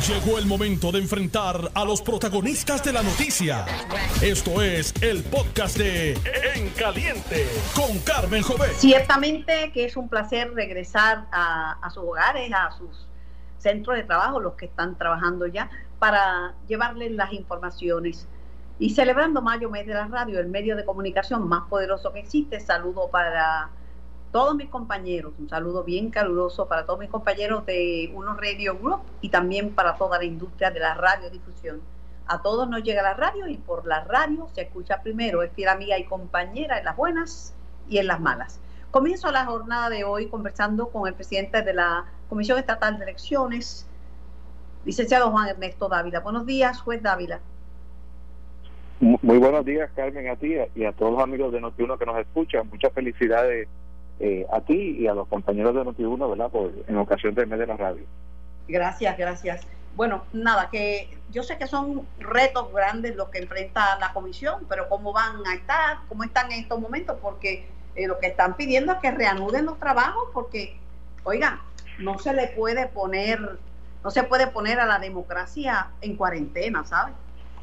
Llegó el momento de enfrentar a los protagonistas de la noticia. Esto es el podcast de En Caliente con Carmen Jovet. Ciertamente que es un placer regresar a sus hogares, a sus centros de trabajo, los que están trabajando ya, para llevarles las informaciones. Y celebrando mayo, mes de la radio, el medio de comunicación más poderoso que existe, saludo para todos mis compañeros, un saludo bien caluroso para todos mis compañeros de Uno Radio Group y también para toda la industria de la radiodifusión. A todos nos llega la radio y por la radio se escucha primero. Es fiel amiga y compañera en las buenas y en las malas. Comienzo la jornada de hoy conversando con el presidente de la Comisión Estatal de Elecciones, licenciado Juan Ernesto Dávila. Buenos días, juez Dávila. Muy buenos días, Carmen, a ti y a todos los amigos de Noti1 que nos escuchan. Muchas felicidades a ti y a los compañeros de Noti1, ¿verdad? En ocasión del mes de la radio. Gracias, gracias. Bueno, nada, que yo sé que son retos grandes los que enfrenta la comisión, pero ¿cómo van a estar? ¿Cómo están en estos momentos? Porque lo que están pidiendo es que reanuden los trabajos, porque, oigan, no se puede poner a la democracia en cuarentena, ¿sabes?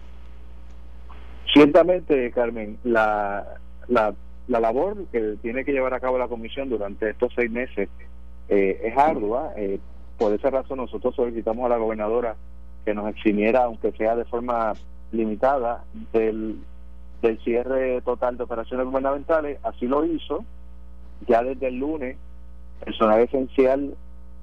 Ciertamente, Carmen, la labor que tiene que llevar a cabo la comisión durante estos 6 meses es ardua. Por esa razón nosotros solicitamos a la gobernadora que nos eximiera, aunque sea de forma limitada, del cierre total de operaciones gubernamentales. Así lo hizo. Ya desde el lunes, el personal esencial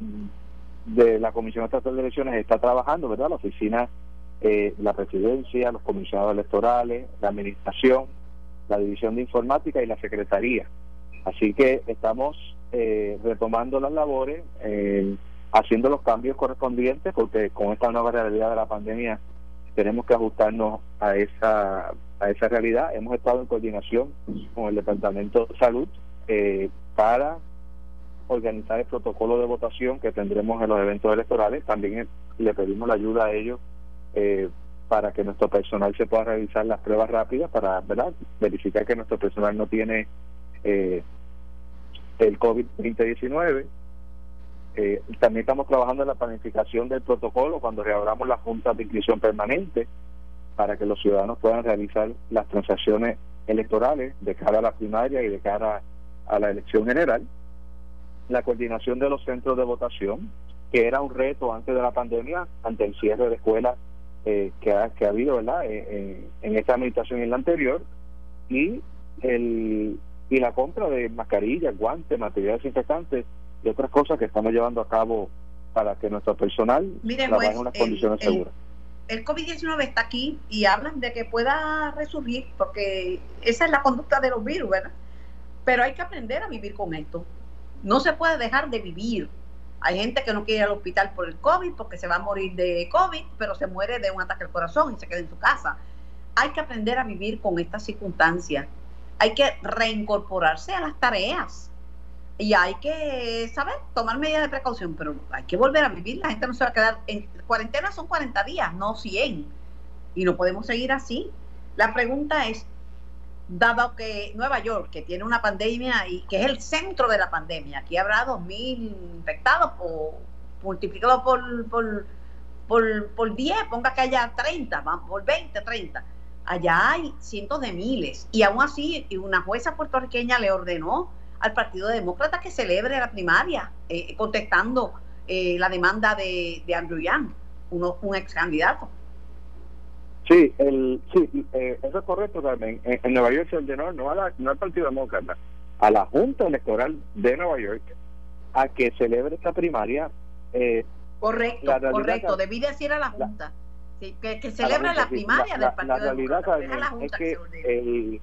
de la Comisión Estatal de Elecciones está trabajando, ¿verdad? La oficina, la presidencia, los comisionados electorales, la administración, la división de informática y la secretaría. Así que estamos retomando las labores, haciendo los cambios correspondientes, porque con esta nueva realidad de la pandemia tenemos que ajustarnos a esa realidad. Hemos estado en coordinación con el Departamento de Salud para organizar el protocolo de votación que tendremos en los eventos electorales. También le pedimos la ayuda a ellos para que nuestro personal se pueda realizar las pruebas rápidas para, ¿verdad?, verificar que nuestro personal no tiene el COVID-19. También estamos trabajando en la planificación del protocolo cuando reabramos las juntas de inscripción permanente para que los ciudadanos puedan realizar las transacciones electorales de cara a la primaria y de cara a la elección general. La coordinación de los centros de votación, que era un reto antes de la pandemia, ante el cierre de escuelas que ha habido, ¿verdad?, en esta administración y en la anterior, y la compra de mascarillas, guantes, materiales desinfectantes y otras cosas que estamos llevando a cabo para que nuestro personal trabaje en unas condiciones seguras. El COVID-19 está aquí y hablan de que pueda resurgir, porque esa es la conducta de los virus, ¿verdad? Pero hay que aprender a vivir con esto. No se puede dejar de vivir. Hay gente que no quiere ir al hospital por el COVID porque se va a morir de COVID, pero se muere de un ataque al corazón y se queda en su casa. Hay que aprender a vivir con estas circunstancias. Hay que reincorporarse a las tareas. Y hay que, ¿sabes?, tomar medidas de precaución, pero hay que volver a vivir. La gente no se va a quedar en cuarentena, son 40 días, no 100. Y no podemos seguir así. La pregunta es, dado que Nueva York, que tiene una pandemia y que es el centro de la pandemia, aquí habrá 2.000 infectados, multiplicado por 10, ponga que haya 30, por 20, 30. Allá hay cientos de miles. Y aún así, una jueza puertorriqueña le ordenó al Partido Demócrata que celebre la primaria, contestando la demanda de Andrew Yang, un ex candidato. Sí, eso es correcto, Carmen. En Nueva York se ordenó no al Partido Demócrata, a la Junta Electoral de Nueva York a que celebre esta primaria. Correcto, debí decir a la Junta. Sí, que celebre la primaria del Partido Demócrata. Carmen, es la Junta que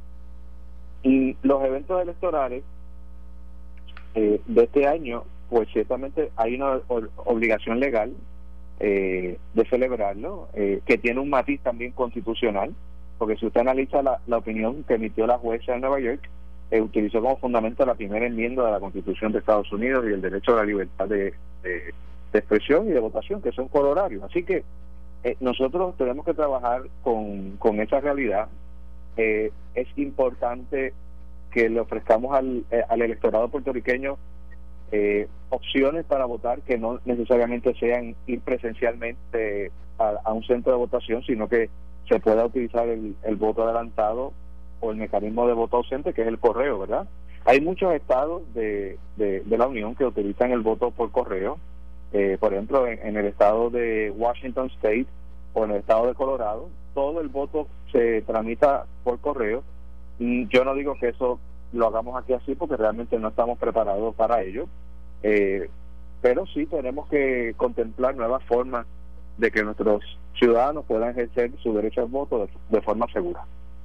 los eventos electorales de este año, pues ciertamente hay una obligación legal de celebrarlo, que tiene un matiz también constitucional, porque si usted analiza la opinión que emitió la jueza de Nueva York, utilizó como fundamento la primera enmienda de la Constitución de Estados Unidos y el derecho a la libertad de expresión y de votación, que son corolarios. Así que nosotros tenemos que trabajar con esa realidad. Es importante que le ofrezcamos al electorado puertorriqueño opciones para votar que no necesariamente sean ir presencialmente a un centro de votación, sino que se pueda utilizar el voto adelantado o el mecanismo de voto ausente, que es el correo, ¿verdad? Hay muchos estados de la Unión que utilizan el voto por correo. Por ejemplo, en el estado de Washington State o en el estado de Colorado, todo el voto se tramita por correo. Yo no digo que eso lo hagamos aquí así, porque realmente no estamos preparados para ello, pero sí tenemos que contemplar nuevas formas de que nuestros ciudadanos puedan ejercer su derecho al voto de forma segura.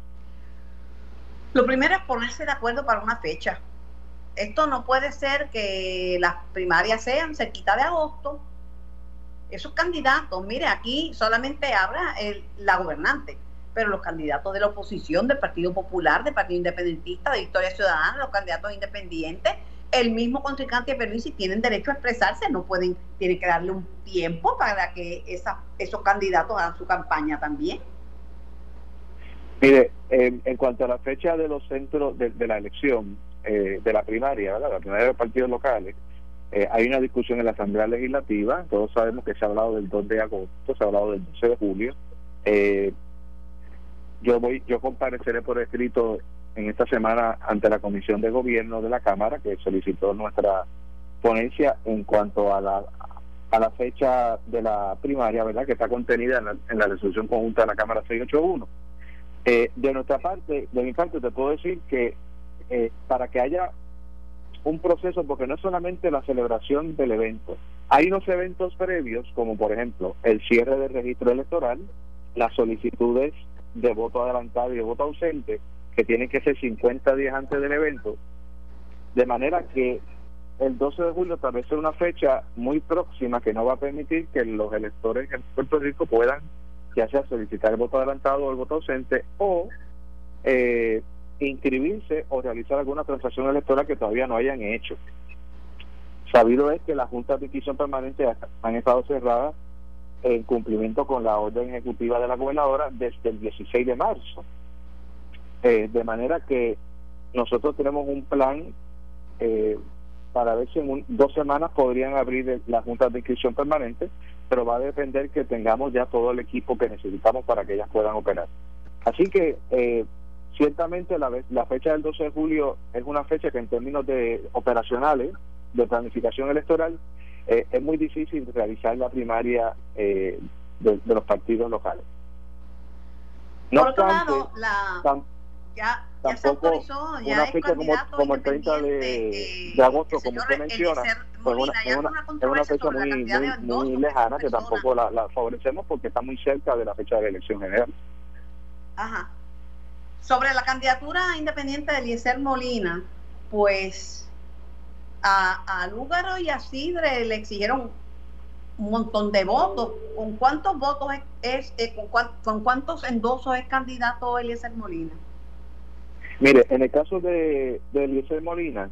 Lo primero es ponerse de acuerdo para una fecha. Esto no puede ser que las primarias sean cerquita de agosto. Esos candidatos, mire, aquí solamente habla la gobernante, pero los candidatos de la oposición, del Partido Popular, del Partido Independentista, de Victoria Ciudadana, los candidatos independientes, el mismo contrincante Pierluisi tienen derecho a expresarse, tienen que darle un tiempo para que esos candidatos hagan su campaña también. Mire, en cuanto a la fecha de los centros de la elección, de la primaria, ¿verdad? La primaria de los partidos locales, hay una discusión en la Asamblea Legislativa. Todos sabemos que se ha hablado del 2 de agosto, se ha hablado del 12 de julio. Yo compareceré por escrito en esta semana ante la Comisión de Gobierno de la Cámara, que solicitó nuestra ponencia en cuanto a la fecha de la primaria, ¿verdad?, que está contenida en la resolución conjunta de la Cámara 681. De nuestra parte, de mi parte, te puedo decir que para que haya un proceso, porque no es solamente la celebración del evento, hay unos eventos previos, como por ejemplo el cierre del registro electoral, las solicitudes de voto adelantado y de voto ausente, que tienen que ser 50 días antes del evento, de manera que el 12 de julio tal vez sea una fecha muy próxima que no va a permitir que los electores en Puerto Rico puedan ya sea solicitar el voto adelantado o el voto ausente, o inscribirse o realizar alguna transacción electoral que todavía no hayan hecho. Sabido es que las juntas de inscripción permanente han estado cerradas en cumplimiento con la orden ejecutiva de la gobernadora desde el 16 de marzo. De manera que nosotros tenemos un plan para ver si en 2 semanas podrían abrir las juntas de inscripción permanente, pero va a depender que tengamos ya todo el equipo que necesitamos para que ellas puedan operar. Así que ciertamente la fecha del 12 de julio es una fecha que en términos de operacionales, de planificación electoral, es muy difícil realizar la primaria de los partidos locales. Por otro lado, ya se autorizó, ya una fecha como el 30 de agosto, como usted menciona, es una fecha muy lejana, que tampoco la favorecemos porque está muy cerca de la fecha de la elección general. Ajá. Sobre la candidatura independiente de Eliezer Molina, pues a Lúgaro y a Sidre le exigieron un montón de votos. ¿Con cuántos votos con cuántos endosos es candidato Eliezer Molina? Mire, en el caso de Eliezer Molina,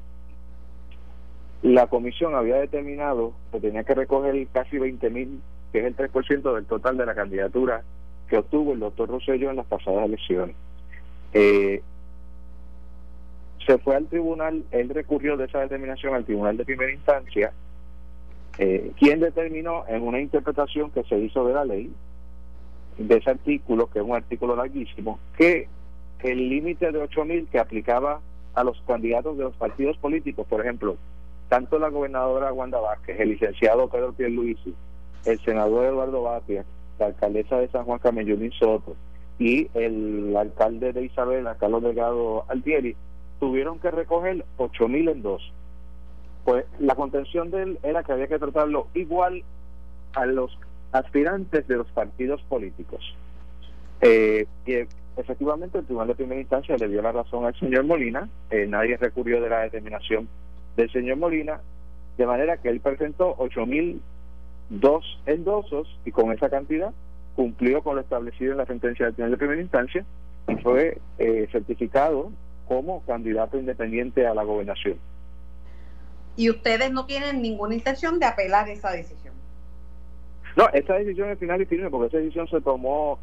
la comisión había determinado que tenía que recoger casi 20,000, que es el 3% del total de la candidatura que obtuvo el doctor Rosselló en las pasadas elecciones. Se fue al tribunal, él recurrió de esa determinación al tribunal de primera instancia, quien determinó en una interpretación que se hizo de la ley, de ese artículo, que es un artículo larguísimo, que el límite de 8,000 que aplicaba a los candidatos de los partidos políticos, por ejemplo, tanto la gobernadora Wanda Vázquez, el licenciado Pedro Pierluisi, el senador Eduardo Batia, la alcaldesa de San Juan Carmen Yulín Soto y el alcalde de Isabela, Carlos Delgado Altieri, tuvieron que recoger 8,000 endosos. Pues la contención de él era que había que tratarlo igual a los aspirantes de los partidos políticos. Y efectivamente el tribunal de primera instancia le dio la razón al señor Molina. Nadie recurrió de la determinación del señor Molina, de manera que él presentó 8,002 endosos y con esa cantidad cumplió con lo establecido en la sentencia del tribunal de primera instancia y fue certificado como candidato independiente a la gobernación. ¿Y ustedes no tienen ninguna intención de apelar esa decisión? No, esa decisión es final y firme, porque esa decisión se tomó,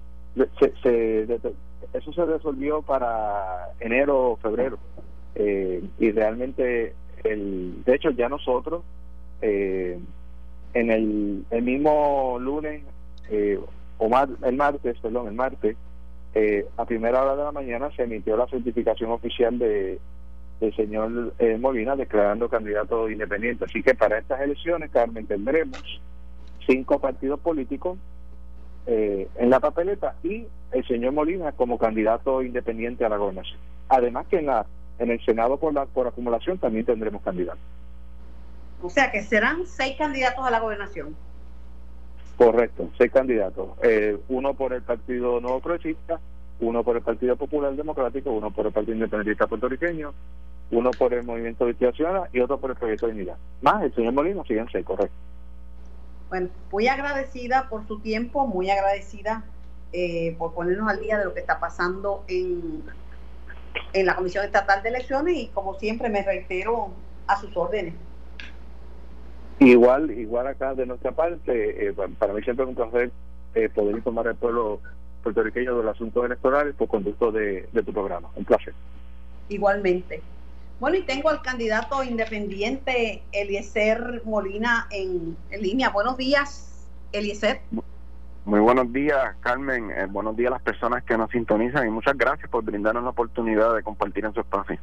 eso se resolvió para enero o febrero, y realmente de hecho ya nosotros en el mismo lunes el martes a primera hora de la mañana se emitió la certificación oficial del señor Molina declarando candidato independiente. Así que para estas elecciones, Carmen, tendremos 5 partidos políticos en la papeleta y el señor Molina como candidato independiente a la gobernación. Además que en el Senado por acumulación también tendremos candidatos. O sea que serán 6 candidatos a la gobernación. Correcto, 6 candidatos. Uno por el Partido Nuevo Progresista, uno por el Partido Popular Democrático, uno por el Partido Independentista Puertorriqueño, uno por el Movimiento de Victoria Ciudadana y otro por el Proyecto de Unidad. Más el señor Molina, siguen 6, correcto. Bueno, muy agradecida por su tiempo, muy agradecida por ponernos al día de lo que está pasando en la Comisión Estatal de Elecciones y como siempre me reitero a sus órdenes. Igual acá de nuestra parte, para mí siempre es un placer poder informar al pueblo puertorriqueño de los asuntos electorales por conducto de tu programa. Un placer. Igualmente. Bueno, y tengo al candidato independiente Eliezer Molina en línea. Buenos días, Eliezer. Muy buenos días, Carmen. Buenos días a las personas que nos sintonizan y muchas gracias por brindarnos la oportunidad de compartir en su espacio.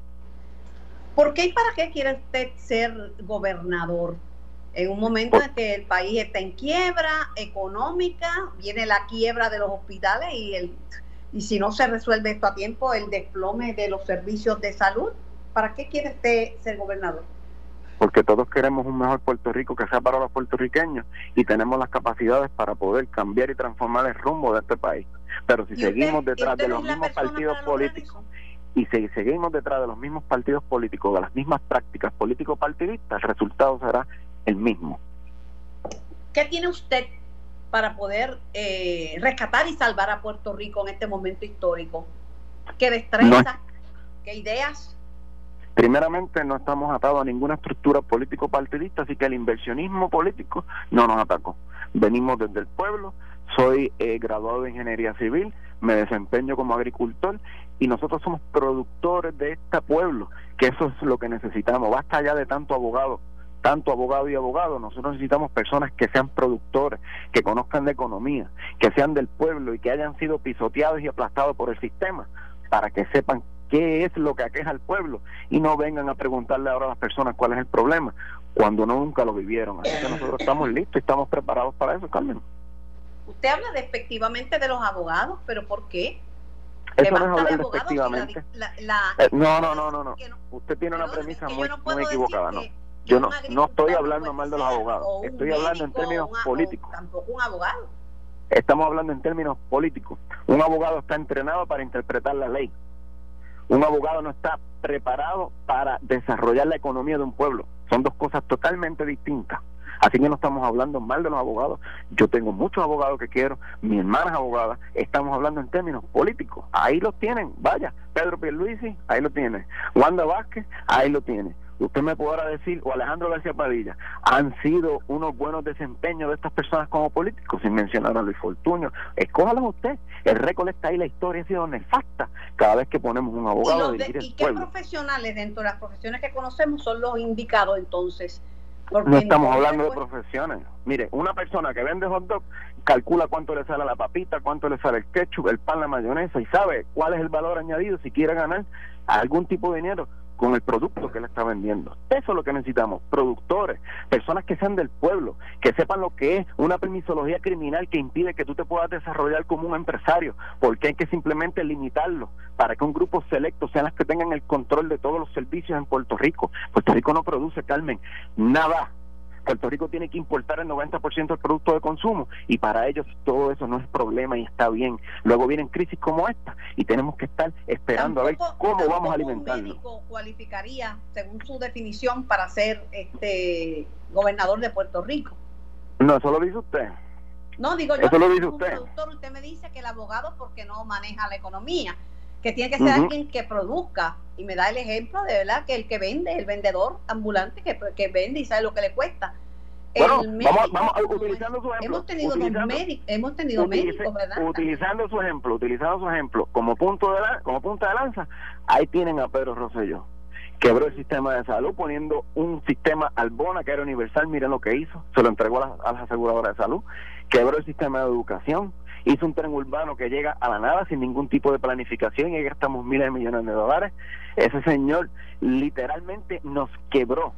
¿Por qué y para qué quiere usted ser gobernador? En un momento en que el país está en quiebra económica, viene la quiebra de los hospitales y si no se resuelve esto a tiempo, el desplome de los servicios de salud. ¿Para qué quiere usted ser gobernador? Porque todos queremos un mejor Puerto Rico que sea para los puertorriqueños y tenemos las capacidades para poder cambiar y transformar el rumbo de este país. Pero si seguimos detrás de los mismos partidos políticos y si seguimos detrás de los mismos partidos políticos, de las mismas prácticas político-partidistas, el resultado será el mismo. ¿Qué tiene usted para poder rescatar y salvar a Puerto Rico en este momento histórico? ¿Qué destrezas? ¿Qué ideas? Primeramente, no estamos atados a ninguna estructura político-partidista, así que el inversionismo político no nos atacó. Venimos desde el pueblo, soy graduado de Ingeniería Civil, me desempeño como agricultor y nosotros somos productores de este pueblo, que eso es lo que necesitamos. Basta ya de tanto abogado y abogado. Nosotros necesitamos personas que sean productores, que conozcan de economía, que sean del pueblo y que hayan sido pisoteados y aplastados por el sistema, para que sepan qué es lo que aqueja al pueblo y no vengan a preguntarle ahora a las personas cuál es el problema cuando nunca lo vivieron. Así que nosotros estamos listos y estamos preparados para eso, Carmen. Usted habla despectivamente de los abogados, ¿pero por qué? Eso no es hablar despectivamente. No. Usted tiene una premisa muy equivocada. No, yo no estoy hablando mal de los abogados. Estoy hablando en términos políticos. Tampoco un abogado. Estamos hablando en términos políticos. Un abogado está entrenado para interpretar la ley. Un abogado no está preparado para desarrollar la economía de un pueblo. Son dos cosas totalmente distintas. Así que no estamos hablando mal de los abogados. Yo tengo muchos abogados que quiero, mi hermana es abogada. Estamos hablando en términos políticos. Ahí los tienen, vaya. Pedro Pierluisi, ahí lo tiene. Wanda Vázquez, ahí lo tiene. Usted me podrá decir, o Alejandro García Padilla, han sido unos buenos desempeños de estas personas como políticos, sin mencionar a Luis Fortuño. Escójalos usted. El récord está ahí, la historia ha sido nefasta cada vez que ponemos un abogado. ¿Y qué profesionales dentro de las profesiones que conocemos son los indicados entonces? Porque no estamos hablando de profesiones. Mire, una persona que vende hot dog calcula cuánto le sale a la papita, cuánto le sale el ketchup, el pan, la mayonesa y sabe cuál es el valor añadido si quiere ganar algún tipo de dinero con el producto que él está vendiendo. Eso es lo que necesitamos, productores, personas que sean del pueblo, que sepan lo que es una permisología criminal que impide que tú te puedas desarrollar como un empresario, porque hay que simplemente limitarlo para que un grupo selecto sean las que tengan el control de todos los servicios en Puerto Rico. Puerto Rico no produce, Carmen, nada. Puerto Rico tiene que importar el 90% del producto de consumo y para ellos todo eso no es problema y está bien. Luego vienen crisis como esta y tenemos que estar esperando a ver cómo vamos a alimentarlo. ¿Un médico cualificaría, según su definición, para ser gobernador de Puerto Rico? No, eso lo dice usted. No, digo yo, eso lo dice usted. Usted me dice que el abogado porque no maneja la economía, que tiene que ser alguien que produzca, y me da el ejemplo de verdad que el que vende, el vendedor ambulante que vende y sabe lo que le cuesta. Bueno, vamos utilizando su ejemplo. Hemos tenido médicos, ¿verdad? Utilizando su ejemplo como punta de lanza, ahí tienen a Pedro Rosselló, quebró el sistema de salud poniendo un sistema Arbona que era universal, miren lo que hizo, se lo entregó a las aseguradoras de salud, quebró el sistema de educación, hizo un tren urbano que llega a la nada sin ningún tipo de planificación y ahí gastamos miles de millones de dólares. Ese señor literalmente nos quebró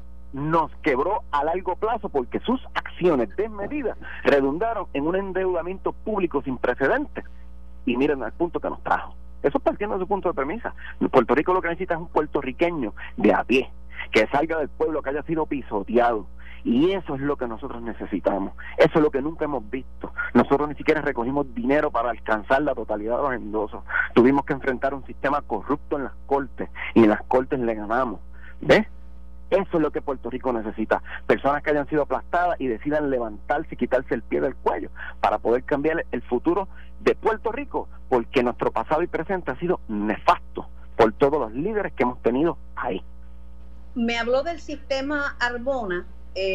a largo plazo porque sus acciones desmedidas redundaron en un endeudamiento público sin precedentes y miren al punto que nos trajo. Eso es partiendo de su punto de premisa. Puerto Rico lo que necesita es un puertorriqueño de a pie, que salga del pueblo, que haya sido pisoteado. Y eso es lo que nosotros necesitamos. Eso es lo que nunca hemos visto. Nosotros ni siquiera recogimos dinero para alcanzar la totalidad de los endosos. Tuvimos que enfrentar un sistema corrupto en las cortes, y en las cortes le ganamos. ¿Ves? Eso es lo que Puerto Rico necesita. Personas que hayan sido aplastadas y decidan levantarse y quitarse el pie del cuello para poder cambiar el futuro de Puerto Rico, porque nuestro pasado y presente ha sido nefasto por todos los líderes que hemos tenido ahí. Me habló del sistema Arbona.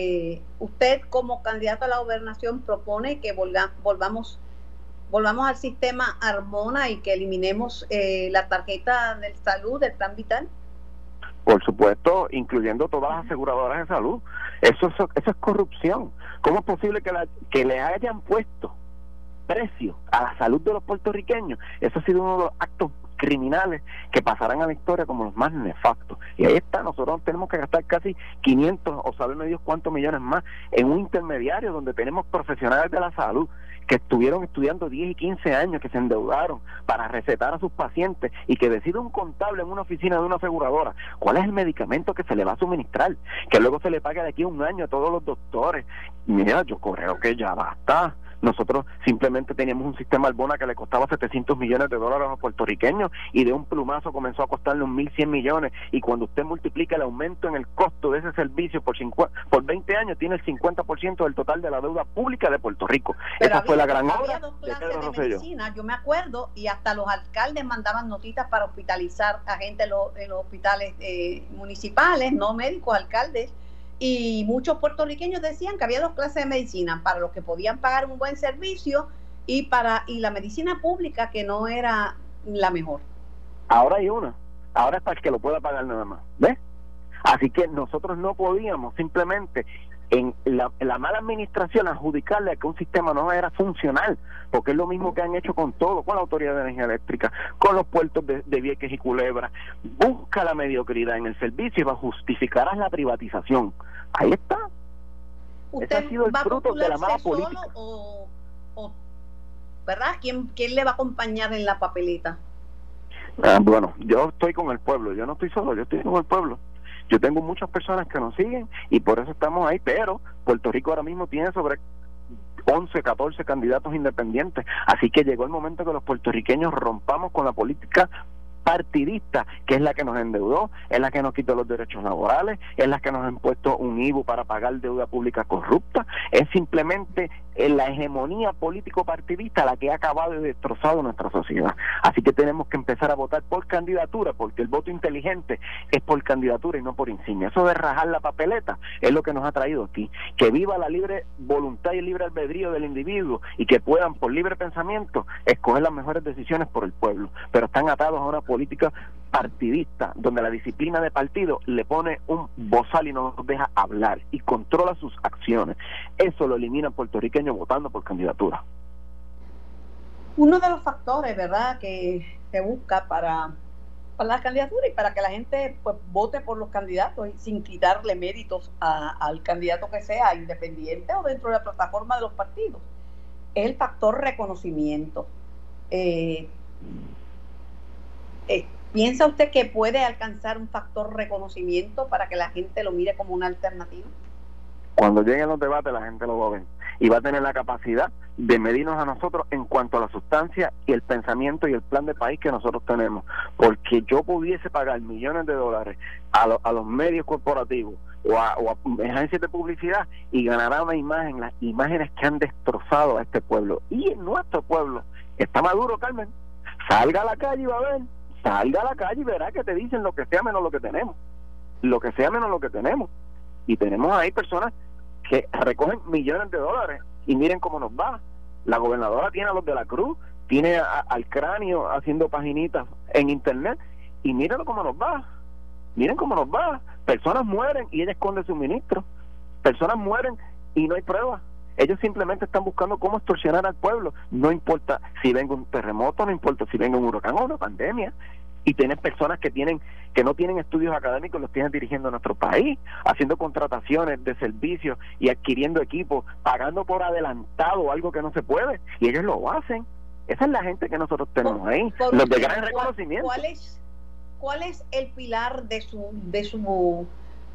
Usted como candidato a la gobernación propone que volvamos al sistema Arbona y que eliminemos la tarjeta de salud del Plan Vital. Por supuesto, incluyendo todas las aseguradoras de salud. Eso es corrupción. ¿Cómo es posible que le hayan puesto precio a la salud de los puertorriqueños? Eso ha sido uno de los actos criminales que pasarán a la historia como los más nefastos. Y ahí está, nosotros tenemos que gastar casi 500 o saber Dios cuántos millones más en un intermediario donde tenemos profesionales de la salud que estuvieron estudiando 10 y 15 años, que se endeudaron para recetar a sus pacientes y que decide un contable en una oficina de una aseguradora cuál es el medicamento que se le va a suministrar, que luego se le paga de aquí a un año a todos los doctores. Mira, yo creo que ya basta. Nosotros simplemente teníamos un sistema Arbona que le costaba $700 millones a los puertorriqueños y de un plumazo comenzó a costarle 1.100 millones, y cuando usted multiplica el aumento en el costo de ese servicio por 20 años, tiene el 50% del total de la deuda pública de Puerto Rico. Pero esa fue la gran obra. Había 2 clases de medicina, yo me acuerdo, y hasta los alcaldes mandaban notitas para hospitalizar a gente en los hospitales municipales, no médicos, alcaldes. Y muchos puertorriqueños decían que había 2 clases de medicina, para los que podían pagar un buen servicio y la medicina pública, que no era la mejor. Ahora hay una, ahora es para el que lo pueda pagar nada más, ¿ves? Así que nosotros no podíamos simplemente en la mala administración adjudicarle a que un sistema no era funcional, porque es lo mismo que han hecho con todo, con la Autoridad de Energía Eléctrica, con los puertos de Vieques y Culebra. Busca la mediocridad en el servicio y justificarás la privatización. Ahí está. ¿Usted ese ha sido el va fruto de la mala solo política? o ¿verdad? ¿Quién le va a acompañar en la papeleta? Bueno, yo estoy con el pueblo, yo no estoy solo, yo estoy con el pueblo. Yo tengo muchas personas que nos siguen y por eso estamos ahí, pero Puerto Rico ahora mismo tiene sobre 11, 14 candidatos independientes, así que llegó el momento que los puertorriqueños rompamos con la política partidista, que es la que nos endeudó, es la que nos quitó los derechos laborales, es la que nos ha impuesto un IVU para pagar deuda pública corrupta, es simplemente la hegemonía político-partidista la que ha acabado y destrozado nuestra sociedad. Así que tenemos que empezar a votar por candidatura, porque el voto inteligente es por candidatura y no por insignia. Eso de rajar la papeleta es lo que nos ha traído aquí. Que viva la libre voluntad y el libre albedrío del individuo y que puedan, por libre pensamiento, escoger las mejores decisiones por el pueblo, pero están atados a una política partidista, donde la disciplina de partido le pone un bozal y no nos deja hablar y controla sus acciones. Eso lo elimina el puertorriqueño votando por candidatura. Uno de los factores, ¿verdad?, que se busca para las candidaturas y para que la gente pues vote por los candidatos y sin quitarle méritos al candidato que sea, independiente o dentro de la plataforma de los partidos, es el factor reconocimiento. ¿Piensa usted que puede alcanzar un factor reconocimiento para que la gente lo mire como una alternativa? Cuando lleguen los debates la gente lo va a ver y va a tener la capacidad de medirnos a nosotros en cuanto a la sustancia y el pensamiento y el plan de país que nosotros tenemos, porque yo pudiese pagar millones de dólares a los medios corporativos o a agencias de publicidad y ganará una imagen, las imágenes que han destrozado a este pueblo. Y en nuestro pueblo está maduro, Carmen. Salga a la calle y va a ver, salga a la calle y verá que te dicen lo que sea menos lo que tenemos, lo que sea menos lo que tenemos. Y tenemos ahí personas que recogen millones de dólares y miren cómo nos va. La gobernadora tiene a los de la Cruz, tiene al Cráneo haciendo paginitas en internet y mírenlo cómo nos va. miren cómo nos va. Personas mueren y ella esconde suministros. Personas mueren y no hay pruebas. Ellos simplemente están buscando cómo extorsionar al pueblo. No importa si venga un terremoto, no importa si venga un huracán o una pandemia. Y tienes personas que no tienen estudios académicos, los tienen dirigiendo a nuestro país, haciendo contrataciones de servicios y adquiriendo equipos, pagando por adelantado algo que no se puede, y ellos lo hacen. Esa es la gente que nosotros tenemos ahí, los de gran reconocimiento. ¿Cuál es el pilar de su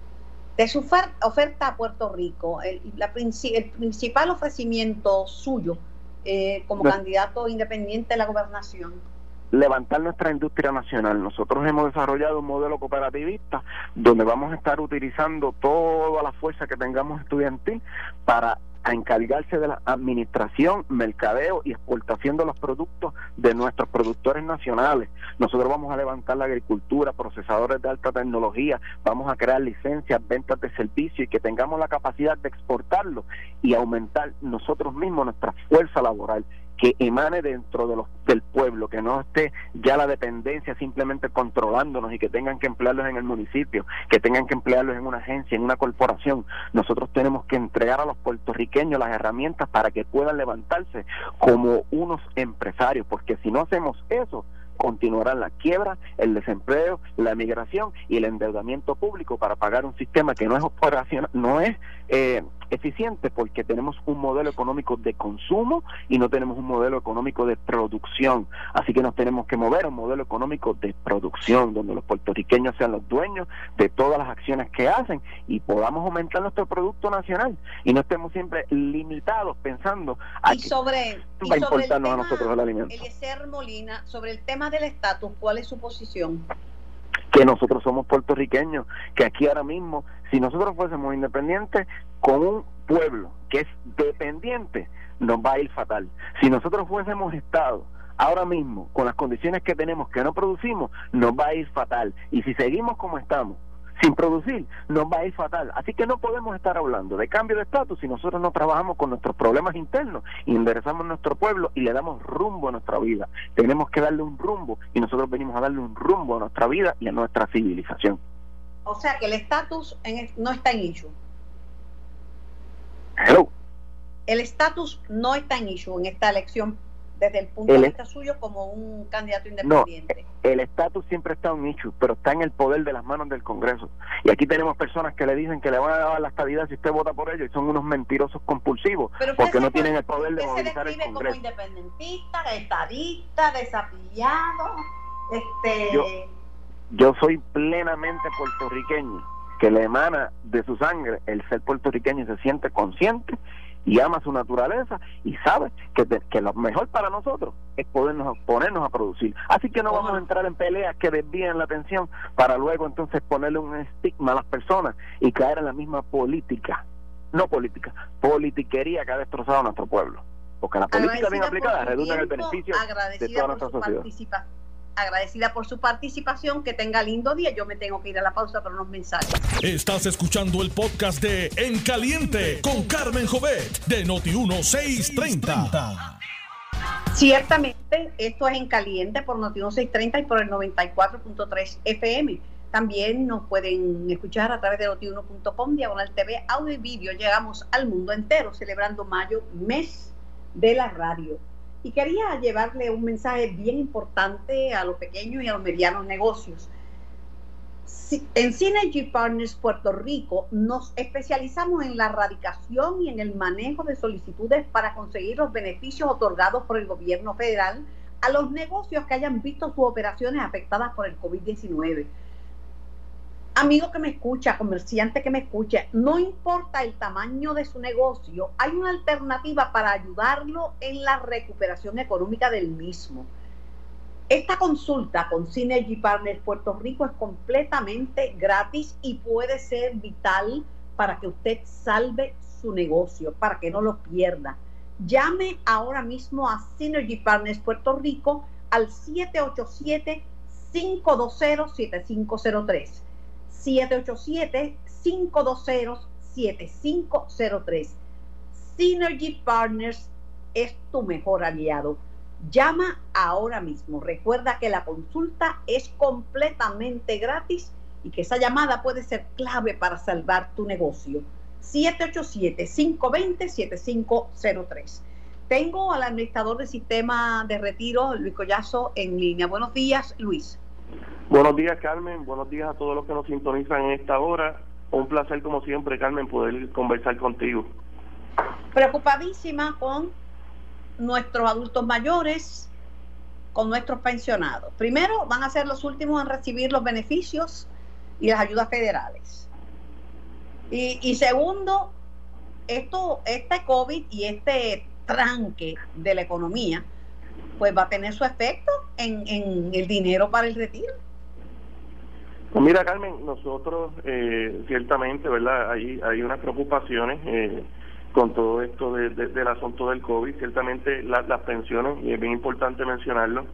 oferta a Puerto Rico? El principal ofrecimiento suyo como candidato independiente a la gobernación. Levantar nuestra industria nacional. Nosotros hemos desarrollado un modelo cooperativista donde vamos a estar utilizando toda la fuerza que tengamos estudiantil para encargarse de la administración, mercadeo y exportación de los productos de nuestros productores nacionales. Nosotros vamos a levantar la agricultura, procesadores de alta tecnología, vamos a crear licencias, ventas de servicios y que tengamos la capacidad de exportarlo y aumentar nosotros mismos nuestra fuerza laboral, que emane dentro del pueblo, que no esté ya la dependencia simplemente controlándonos y que tengan que emplearlos en el municipio, que tengan que emplearlos en una agencia, en una corporación. Nosotros tenemos que entregar a los puertorriqueños las herramientas para que puedan levantarse como unos empresarios, porque si no hacemos eso, continuarán la quiebra, el desempleo, la migración y el endeudamiento público para pagar un sistema que no es operacional, no es eficiente, porque tenemos un modelo económico de consumo y no tenemos un modelo económico de producción. Así que nos tenemos que mover a un modelo económico de producción, donde los puertorriqueños sean los dueños de todas las acciones que hacen y podamos aumentar nuestro producto nacional y no estemos siempre limitados pensando a va a importarnos a nosotros el alimento. Eliezer Molina, sobre el tema del estatus, ¿cuál es su posición? Que nosotros somos puertorriqueños, que aquí ahora mismo, si nosotros fuésemos independientes con un pueblo que es dependiente, nos va a ir fatal. Si nosotros fuésemos Estado, ahora mismo, con las condiciones que tenemos, que no producimos, nos va a ir fatal. Y si seguimos como estamos, sin producir, nos va a ir fatal. Así que no podemos estar hablando de cambio de estatus si nosotros no trabajamos con nuestros problemas internos y enderezamos nuestro pueblo y le damos rumbo a nuestra vida. Tenemos que darle un rumbo y nosotros venimos a darle un rumbo a nuestra vida y a nuestra civilización. O sea que el estatus no está en issue. Hello. El estatus no está en issue en esta elección desde el punto de vista suyo como un candidato independiente. No, el estatus siempre está en issue, pero está en el poder de las manos del Congreso. Y aquí tenemos personas que le dicen que le van a dar la estabilidad si usted vota por ellos y son unos mentirosos compulsivos porque no tienen el poder de movilizar el Congreso. ¿Usted se describe como independentista, estadista, desafiliado? Yo soy plenamente puertorriqueño, que le emana de su sangre el ser puertorriqueño y se siente consciente y ama su naturaleza y sabe que lo mejor para nosotros es ponernos a producir. Así que no vamos a entrar en peleas que desvíen la atención para luego entonces ponerle un estigma a las personas y caer en la misma politiquería que ha destrozado a nuestro pueblo. Porque la política bien aplicada redunda en el beneficio de toda nuestra sociedad. Agradecida por su participación, que tenga lindo día. Yo me tengo que ir a la pausa para unos mensajes. Estás escuchando el podcast de En Caliente con Carmen Jovet de Noti1 630. Ciertamente, esto es En Caliente por Noti1 630 y por el 94.3 FM. También nos pueden escuchar a través de notiuno.com, /TV, audio y vídeo. Llegamos al mundo entero celebrando mayo, mes de la radio. Y quería llevarle un mensaje bien importante a los pequeños y a los medianos negocios. En Synergy Partners Puerto Rico nos especializamos en la erradicación y en el manejo de solicitudes para conseguir los beneficios otorgados por el gobierno federal a los negocios que hayan visto sus operaciones afectadas por el COVID-19. Amigo que me escucha, comerciante que me escucha, no importa el tamaño de su negocio, hay una alternativa para ayudarlo en la recuperación económica del mismo. Esta consulta con Synergy Partners Puerto Rico es completamente gratis y puede ser vital para que usted salve su negocio, para que no lo pierda. Llame ahora mismo a Synergy Partners Puerto Rico al 787-520-7503. 787-520-7503. Synergy Partners es tu mejor aliado. Llama ahora mismo. Recuerda que la consulta es completamente gratis y que esa llamada puede ser clave para salvar tu negocio. 787-520-7503. Tengo al administrador del sistema de retiro, Luis Collazo, en línea. Buenos días, Luis. Buenos días, Carmen. Buenos días a todos los que nos sintonizan en esta hora. Un placer, como siempre, Carmen, poder conversar contigo. Preocupadísima con nuestros adultos mayores, con nuestros pensionados. Primero, van a ser los últimos en recibir los beneficios y las ayudas federales. Y segundo, este COVID y este tranque de la economía, pues va a tener su efecto en el dinero para el retiro. Pues mira, Carmen, nosotros ciertamente, ¿verdad? Hay unas preocupaciones con todo esto del asunto del COVID. Ciertamente las pensiones, y es bien importante mencionarlo,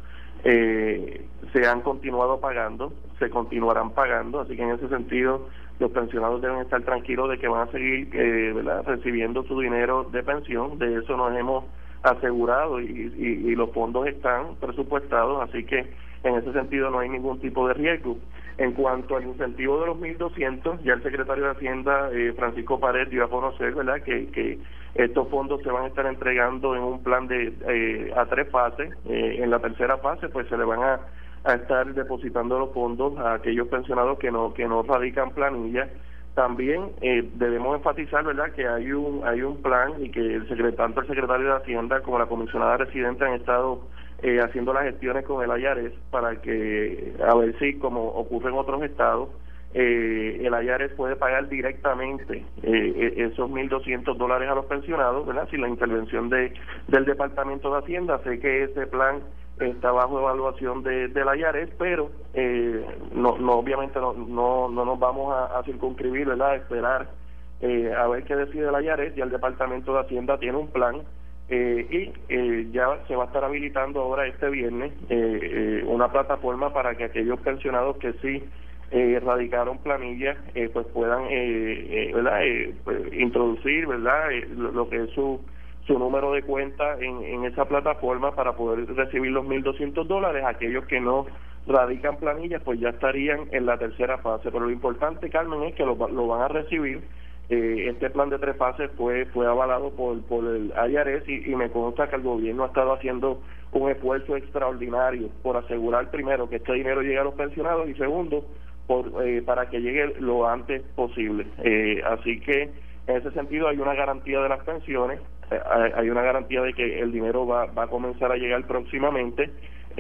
se han continuado pagando, se continuarán pagando, así que en ese sentido los pensionados deben estar tranquilos de que van a seguir ¿verdad? Recibiendo su dinero de pensión. De eso nos hemos asegurado y los fondos están presupuestados, así que en ese sentido no hay ningún tipo de riesgo. En cuanto al incentivo de los 1.200, ya el secretario de Hacienda, Francisco Pared, dio a conocer, ¿verdad?, que estos fondos se van a estar entregando en un plan a 3 fases. En la tercera fase, pues se le van a estar depositando los fondos a aquellos pensionados que no radican planilla. También debemos enfatizar, ¿verdad?, que hay un plan y que tanto el secretario de Hacienda como la comisionada residente han estado haciendo las gestiones con el IRS para que, a ver si, como ocurre en otros estados, el IRS puede pagar directamente esos $1.200 a los pensionados, ¿verdad?, sin la intervención del Departamento de Hacienda. Sé que ese plan está bajo evaluación del IRS, pero obviamente no nos vamos a circunscribir, ¿verdad?, a esperar a ver qué decide el IRS. Ya el Departamento de Hacienda tiene un plan y ya se va a estar habilitando ahora este viernes una plataforma para que aquellos pensionados que sí radicaron planillas pues puedan ¿verdad? Pues introducir, ¿verdad?, lo que es su número de cuenta en esa plataforma para poder recibir los $1.200. Aquellos que no radican planillas pues ya estarían en la tercera fase, pero lo importante, Carmen, es que lo van a recibir. Este plan de 3 fases fue avalado por el IRS y me consta que el gobierno ha estado haciendo un esfuerzo extraordinario por asegurar, primero, que este dinero llegue a los pensionados y segundo, para que llegue lo antes posible. Así que en ese sentido hay una garantía de las pensiones, hay una garantía de que el dinero va a comenzar a llegar próximamente.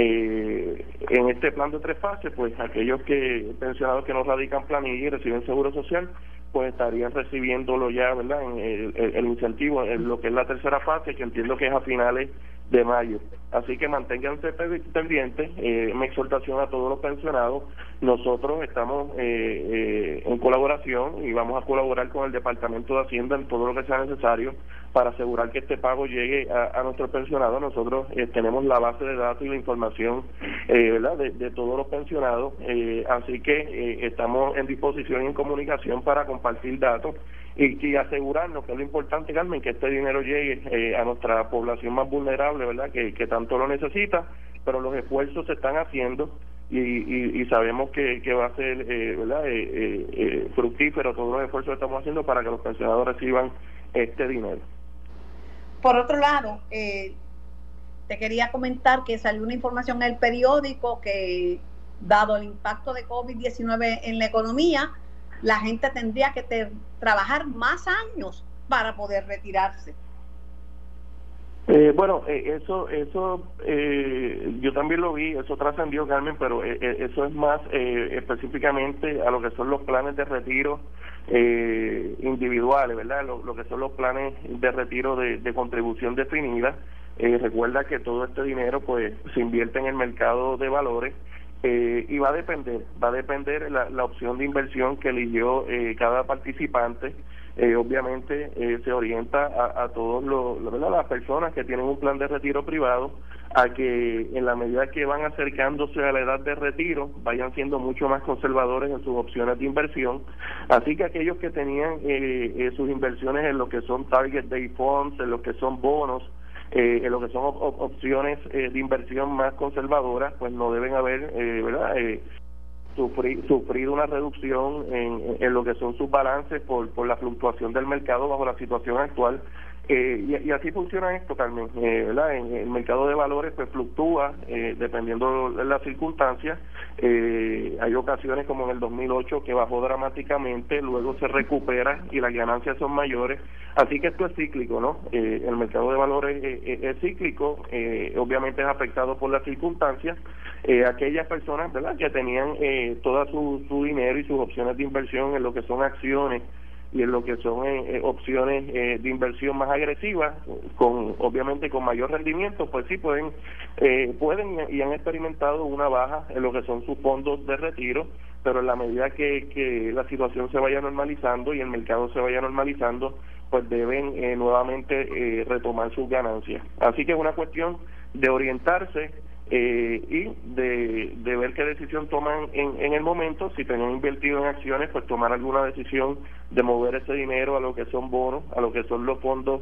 En este plan de 3 fases, pues aquellos pensionados que no radican planilla y reciben seguro social, pues estarían recibiéndolo ya, ¿verdad?, en el incentivo en lo que es la tercera fase, que entiendo que es a finales de mayo. Así que manténganse pendientes. Mi exhortación a todos los pensionados: nosotros estamos en colaboración y vamos a colaborar con el Departamento de Hacienda en todo lo que sea necesario para asegurar que este pago llegue a nuestros pensionados. Nosotros tenemos la base de datos y la información ¿verdad?, de todos los pensionados, así que estamos en disposición y en comunicación para compartir datos y asegurarnos, que es lo importante, Carmen, que este dinero llegue a nuestra población más vulnerable, ¿verdad?, que tanto lo necesita, pero los esfuerzos se están haciendo y sabemos que va a ser ¿verdad?, fructífero todos los esfuerzos que estamos haciendo para que los pensionados reciban este dinero. Por otro lado, te quería comentar que salió una información en el periódico que, dado el impacto de COVID-19 en la economía, la gente tendría que trabajar más años para poder retirarse. Bueno, eso yo también lo vi, eso trascendió, Carmen, pero eso es más específicamente a lo que son los planes de retiro individuales, ¿verdad?, lo que son los planes de retiro de contribución definida. Recuerda que todo este dinero pues se invierte en el mercado de valores y va a depender la opción de inversión que eligió cada participante. Obviamente se orienta a todos ¿verdad?, las personas que tienen un plan de retiro privado a que en la medida que van acercándose a la edad de retiro vayan siendo mucho más conservadores en sus opciones de inversión. Así que aquellos que tenían sus inversiones en lo que son target date funds, en lo que son bonos, en lo que son opciones de inversión más conservadoras, pues no deben haber ¿verdad?, sufrido una reducción en lo que son sus balances por la fluctuación del mercado bajo la situación actual. Y así funciona esto, Carmen, ¿verdad? En el mercado de valores pues fluctúa dependiendo de las circunstancias. Hay ocasiones como en el 2008 que bajó dramáticamente, luego se recupera y las ganancias son mayores. Así que esto es cíclico, ¿no? El mercado de valores es cíclico, obviamente es afectado por las circunstancias. Aquellas personas, ¿verdad?, que tenían toda su dinero y sus opciones de inversión en lo que son acciones y en lo que son opciones de inversión más agresivas, obviamente con mayor rendimiento, pues sí pueden y han experimentado una baja en lo que son sus fondos de retiro, pero en la medida que la situación se vaya normalizando y el mercado se vaya normalizando, pues deben nuevamente retomar sus ganancias. Así que es una cuestión de orientarse y de ver qué decisión toman en el momento. Si tenían invertido en acciones, pues tomar alguna decisión de mover ese dinero a lo que son bonos, a lo que son los fondos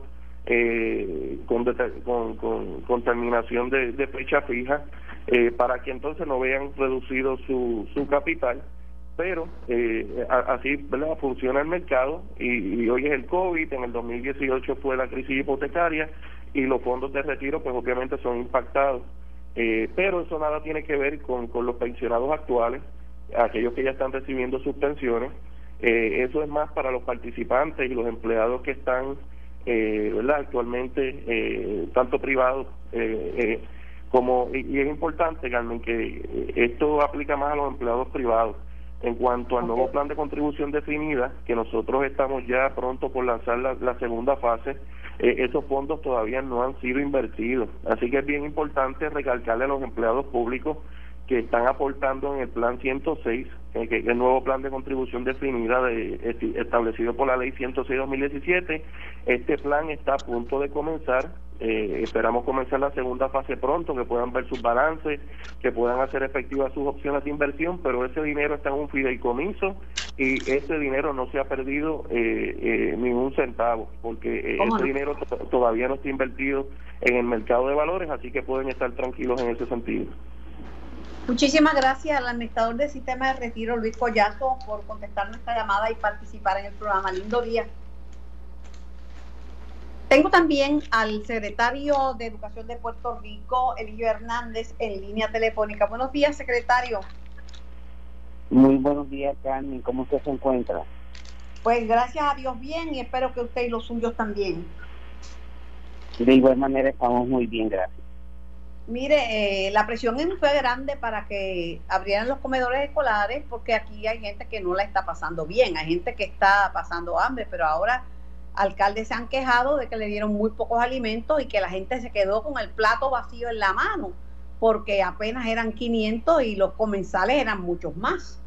con terminación de fecha fija, para que entonces no vean reducido su capital. Pero así, ¿verdad?, funciona el mercado y hoy es el COVID, en el 2018 fue la crisis hipotecaria y los fondos de retiro pues obviamente son impactados. Pero eso nada tiene que ver con los pensionados actuales, aquellos que ya están recibiendo sus pensiones. Eso es más para los participantes y los empleados que están, ¿verdad?, actualmente, tanto privados como, y es importante, Carmen, que esto aplica más a los empleados privados. En cuanto al nuevo plan de contribución definida, que nosotros estamos ya pronto por lanzar la segunda fase, esos fondos todavía no han sido invertidos. Así que es bien importante recalcarle a los empleados públicos que están aportando en el plan 106, que es el nuevo plan de contribución definida establecido por la ley 106/2017. Este plan está a punto de comenzar. Esperamos comenzar la segunda fase pronto, que puedan ver sus balances, que puedan hacer efectivas sus opciones de inversión, pero ese dinero está en un fideicomiso y ese dinero no se ha perdido ni un centavo, porque ese dinero todavía no está invertido en el mercado de valores, así que pueden estar tranquilos en ese sentido. Muchísimas gracias al administrador del sistema de retiro, Luis Collazo, por contestar nuestra llamada y participar en el programa. Lindo día. Tengo también al secretario de Educación de Puerto Rico, Eligio Hernández, en línea telefónica. Buenos días, secretario. Muy buenos días, Carmen. ¿Cómo usted se encuentra? Pues gracias a Dios bien, y espero que usted y los suyos también. De igual manera estamos muy bien, gracias. Mire, la presión fue grande para que abrieran los comedores escolares, porque aquí hay gente que no la está pasando bien, hay gente que está pasando hambre, pero ahora alcaldes se han quejado de que le dieron muy pocos alimentos y que la gente se quedó con el plato vacío en la mano, porque apenas eran 500 y los comensales eran muchos más.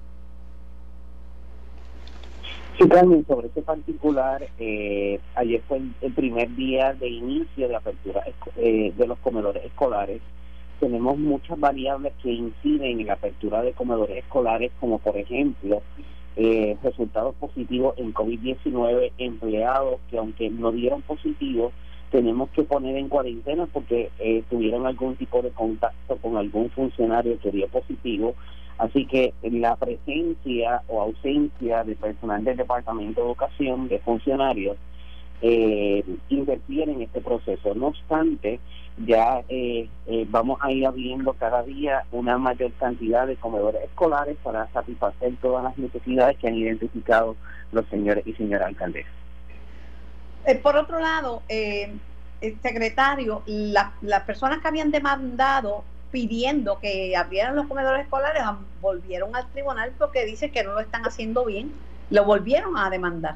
Sí, Carmen, sobre este particular, ayer fue el primer día de inicio de apertura de los comedores escolares. Tenemos muchas variables que inciden en la apertura de comedores escolares, como por ejemplo, resultados positivos en COVID-19, empleados que aunque no dieron positivo, tenemos que poner en cuarentena porque tuvieron algún tipo de contacto con algún funcionario que dio positivo. Así que la presencia o ausencia de personal del Departamento de Educación, de funcionarios, interfiere en este proceso. No obstante, ya vamos a ir abriendo cada día una mayor cantidad de comedores escolares para satisfacer todas las necesidades que han identificado los señores y señoras alcaldesas. Por otro lado, secretario, las personas que habían demandado pidiendo que abrieran los comedores escolares volvieron al tribunal porque dicen que no lo están haciendo bien, lo volvieron a demandar.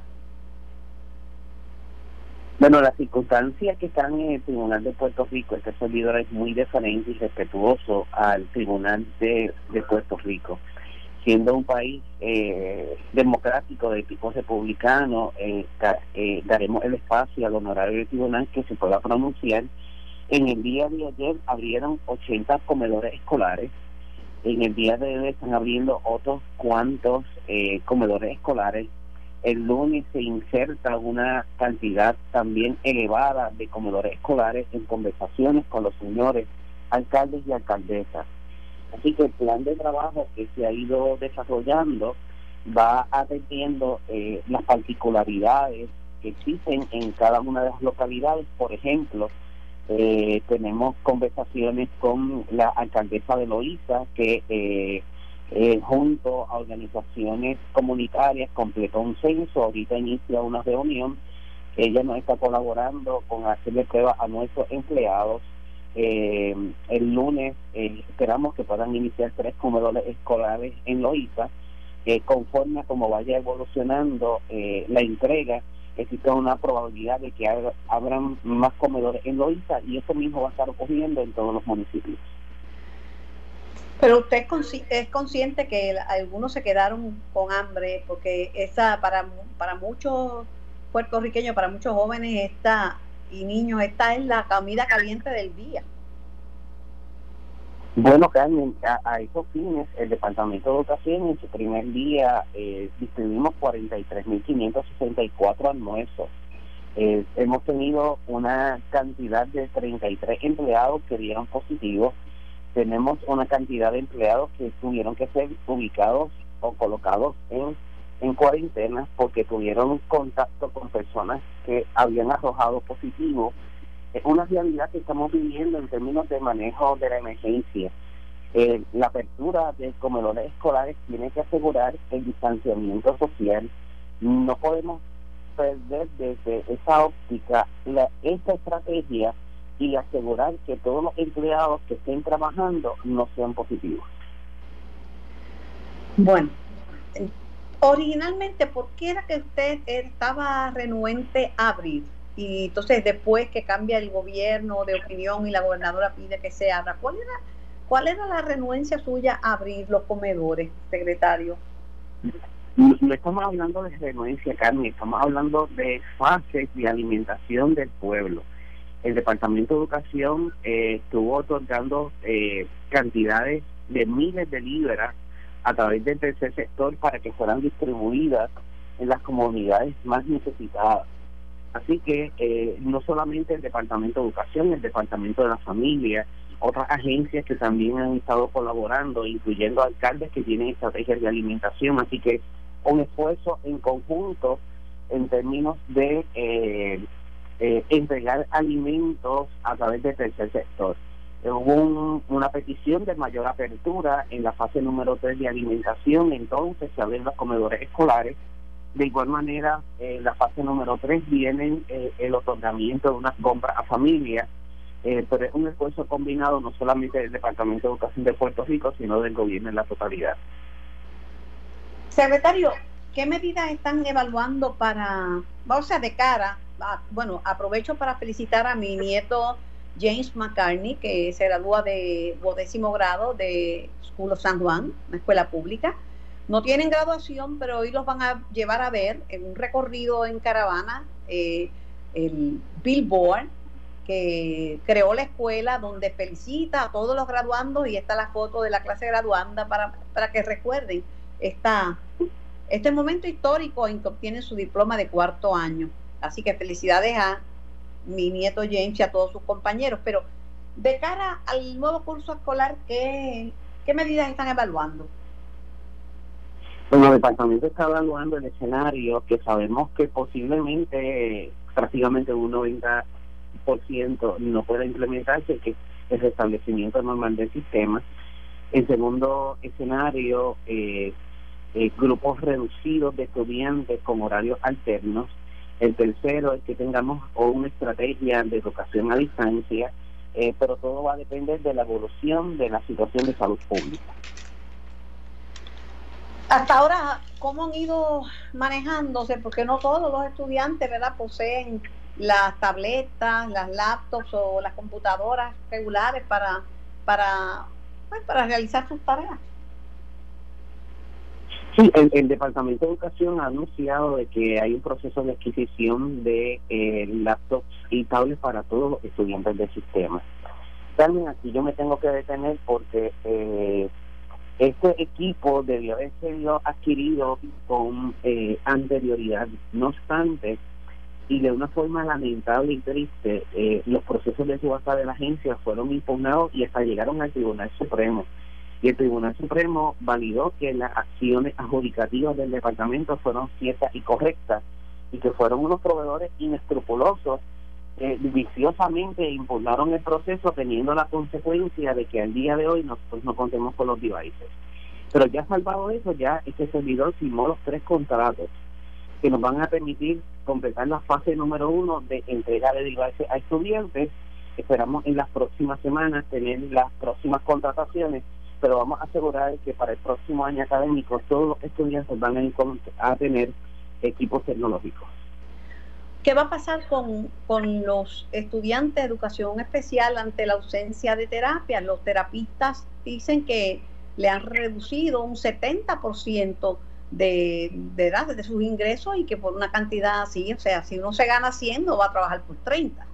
Bueno, las circunstancias que están en el Tribunal de Puerto Rico, este servidor es muy diferente y respetuoso al Tribunal de Puerto Rico. Siendo un país democrático de tipo republicano, daremos el espacio al honorable tribunal que se pueda pronunciar. En el día de ayer abrieron 80 comedores escolares. En el día de hoy están abriendo otros cuantos comedores escolares. El lunes se inserta una cantidad también elevada de comedores escolares en conversaciones con los señores alcaldes y alcaldesas. Así que el plan de trabajo que se ha ido desarrollando va atendiendo las particularidades que existen en cada una de las localidades. Por ejemplo, tenemos conversaciones con la alcaldesa de Loíza, que junto a organizaciones comunitarias completó un censo, ahorita inicia una reunión. Ella nos está colaborando con hacerle pruebas a nuestros empleados. El lunes esperamos que puedan iniciar 3 comedores escolares en Loíza. Conforme a cómo vaya evolucionando la entrega, existe una probabilidad de que abran más comedores en Loíza, y eso mismo va a estar ocurriendo en todos los municipios. Pero usted es consciente que algunos se quedaron con hambre, porque esa para muchos puertorriqueños, para muchos jóvenes y niños, esta es la comida caliente del día. Bueno, Carmen, a esos fines, el Departamento de Educación en su primer día distribuimos 43.564 almuerzos. Hemos tenido una cantidad de 33 empleados que dieron positivos. Tenemos una cantidad de empleados que tuvieron que ser ubicados o colocados en cuarentena porque tuvieron contacto con personas que habían arrojado positivo. Es una realidad que estamos viviendo en términos de manejo de la emergencia. La apertura de comedores escolares tiene que asegurar el distanciamiento social. No podemos perder desde esa óptica esta estrategia y asegurar que todos los empleados que estén trabajando no sean positivos. Bueno, originalmente, ¿por qué era que usted estaba renuente a abrir? Y entonces después que cambia el gobierno de opinión y la gobernadora pide que se abra, ¿cuál era la renuencia suya a abrir los comedores, secretario? No estamos hablando de renuencia, Carmen, estamos hablando de fases de alimentación del pueblo. El Departamento de Educación estuvo otorgando cantidades de miles de libras a través del tercer sector para que fueran distribuidas en las comunidades más necesitadas. Así que no solamente el Departamento de Educación, el Departamento de la Familia, otras agencias que también han estado colaborando, incluyendo alcaldes que tienen estrategias de alimentación. Así que un esfuerzo en conjunto en términos de entregar alimentos a través del tercer sector. Hubo una petición de mayor apertura en la fase número 3 de alimentación, entonces se abren los comedores escolares. De igual manera, en la fase número 3 viene el otorgamiento de unas compras a familias, pero es un esfuerzo combinado no solamente del Departamento de Educación de Puerto Rico, sino del gobierno en la totalidad. Secretario, ¿qué medidas están evaluando de cara? Bueno, aprovecho para felicitar a mi nieto James McCartney, que se gradúa de 12º grado de School of San Juan, una escuela pública. No tienen graduación, pero hoy los van a llevar a ver en un recorrido en caravana el billboard que creó la escuela, donde felicita a todos los graduandos, y está la foto de la clase graduanda para que recuerden este momento histórico en que obtienen su diploma de 4º año. Así que felicidades a mi nieto James y a todos sus compañeros. Pero de cara al nuevo curso escolar, ¿qué medidas están evaluando? Bueno, el departamento está evaluando el escenario que sabemos que posiblemente prácticamente un 90% no pueda implementarse, que es el restablecimiento normal del sistema. El segundo escenario, grupos reducidos de estudiantes con horarios alternos. El tercero es que tengamos una estrategia de educación a distancia, pero todo va a depender de la evolución de la situación de salud pública. Hasta ahora, ¿cómo han ido manejándose? Porque no todos los estudiantes, ¿verdad?, poseen las tabletas, las laptops o las computadoras regulares para realizar sus tareas. Sí, el Departamento de Educación ha anunciado de que hay un proceso de adquisición de laptops y tablets para todos los estudiantes del sistema. También aquí yo me tengo que detener porque este equipo debió haber sido adquirido con anterioridad. No obstante, y de una forma lamentable y triste, los procesos de subasta de la agencia fueron impugnados y hasta llegaron al Tribunal Supremo. y el Tribunal Supremo validó que las acciones adjudicativas del departamento fueron ciertas y correctas, y que fueron unos proveedores inescrupulosos viciosamente impugnaron el proceso, teniendo la consecuencia de que al día de hoy nosotros no contemos con los devices. Pero ya salvado eso, ya este servidor firmó los 3 contratos que nos van a permitir completar la fase número 1 de entrega de devices a estudiantes. Esperamos en las próximas semanas tener las próximas contrataciones, pero vamos a asegurar que para el próximo año académico todos los estudiantes van a tener equipos tecnológicos. ¿Qué va a pasar con los estudiantes de educación especial ante la ausencia de terapia? Los terapistas dicen que le han reducido un 70% de edad de sus ingresos, y que por una cantidad así, o sea, si uno se gana 100, no va a trabajar por 30.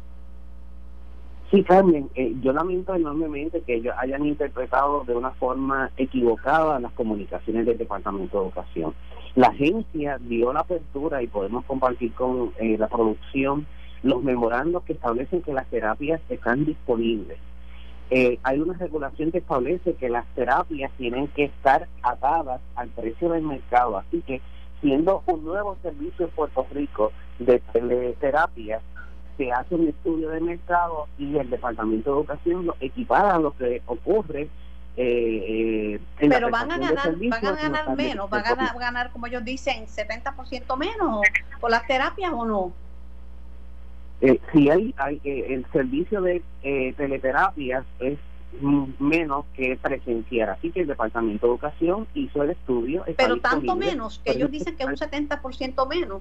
Sí, Carmen, yo lamento enormemente que ellos hayan interpretado de una forma equivocada las comunicaciones del Departamento de Educación. La agencia dio la apertura, y podemos compartir con la producción los memorandos que establecen que las terapias están disponibles. Hay una regulación que establece que las terapias tienen que estar atadas al precio del mercado, así que siendo un nuevo servicio en Puerto Rico de teleterapia, se hace un estudio de mercado y el Departamento de Educación lo equipara a lo que ocurre. Pero van a ganar menos, van a ganar, como ellos dicen, 70% menos por las terapias, ¿o no? Sí, hay el servicio de teleterapias es menos que presencial, así que el Departamento de Educación hizo el estudio. Pero tanto menos, que ellos dicen que es un 70% menos.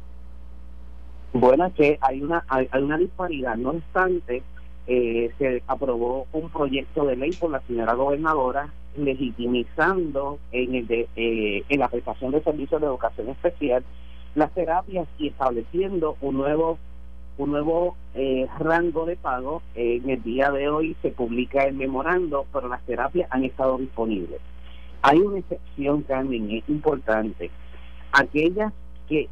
Bueno, que hay una disparidad. No obstante, se aprobó un proyecto de ley por la señora gobernadora legitimizando en la prestación de servicios de educación especial las terapias y estableciendo un nuevo rango de pago. En el día de hoy se publica el memorando, pero las terapias han estado disponibles. Hay una excepción, Carmen, es importante. Aquellas que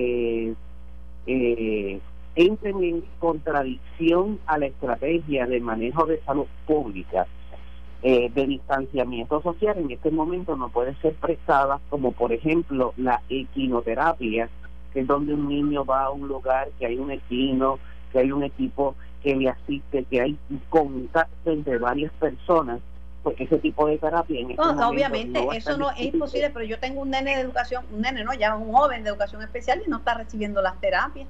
entren en contradicción a la estrategia de manejo de salud pública, de distanciamiento social, en este momento no pueden ser prestadas, como por ejemplo la equinoterapia, que es donde un niño va a un lugar que hay un equino, que hay un equipo que le asiste, que hay contacto entre varias personas. Pues ese tipo de terapia en este momento obviamente no eso no es imposible, pero yo tengo un nene de educación, ya un joven de educación especial, y no está recibiendo las terapias.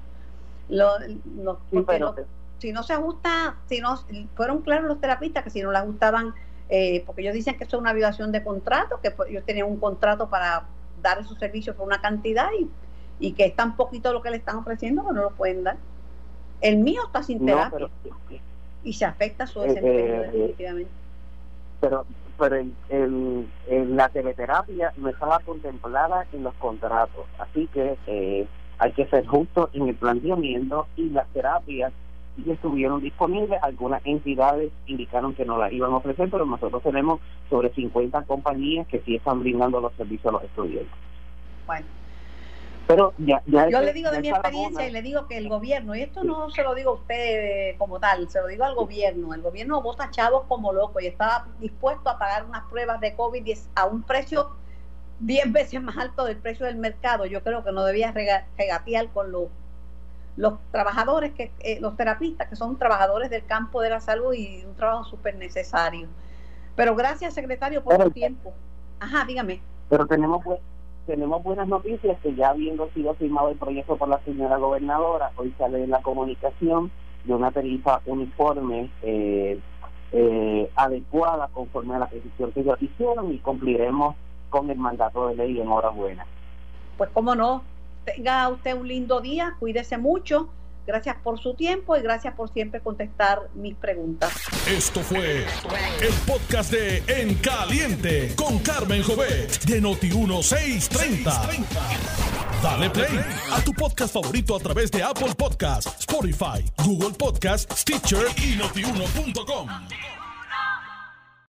Si no se ajusta, si no fueron claros los terapistas que si no le ajustaban, porque ellos dicen que eso es una violación de contrato, que ellos tenían un contrato para dar esos servicios por una cantidad, y que es tan poquito lo que le están ofreciendo que no lo pueden dar. El mío está sin terapia, y se afecta su desempeño definitivamente. Pero la teleterapia no estaba contemplada en los contratos, así que hay que ser justos en el planteamiento, y las terapias sí estuvieron disponibles. Algunas entidades indicaron que no las iban a ofrecer, pero nosotros tenemos sobre 50 compañías que sí están brindando los servicios a los estudiantes. Bueno, pero yo le digo de mi experiencia, y le digo que el gobierno, y esto no se lo digo a usted como tal, se lo digo al gobierno. El gobierno bota chavos como loco y está dispuesto a pagar unas pruebas de COVID a un precio 10 veces más alto del precio del mercado. Yo creo que no debía regatear con los trabajadores, los terapistas, que son trabajadores del campo de la salud y un trabajo súper necesario. Pero gracias, secretario, por su tiempo. Ajá, dígame. Pero tenemos buenas noticias, que ya habiendo sido firmado el proyecto por la señora gobernadora, hoy sale en la comunicación de una tarifa uniforme adecuada conforme a la petición que ellos hicieron, y cumpliremos con el mandato de ley. Enhorabuena. Pues cómo no, tenga usted un lindo día, cuídese mucho. Gracias por su tiempo y gracias por siempre contestar mis preguntas. Esto fue el podcast de En Caliente con Carmen Jovet de Noti1 630. Dale play a tu podcast favorito a través de Apple Podcasts, Spotify, Google Podcasts, Stitcher y Notiuno.com.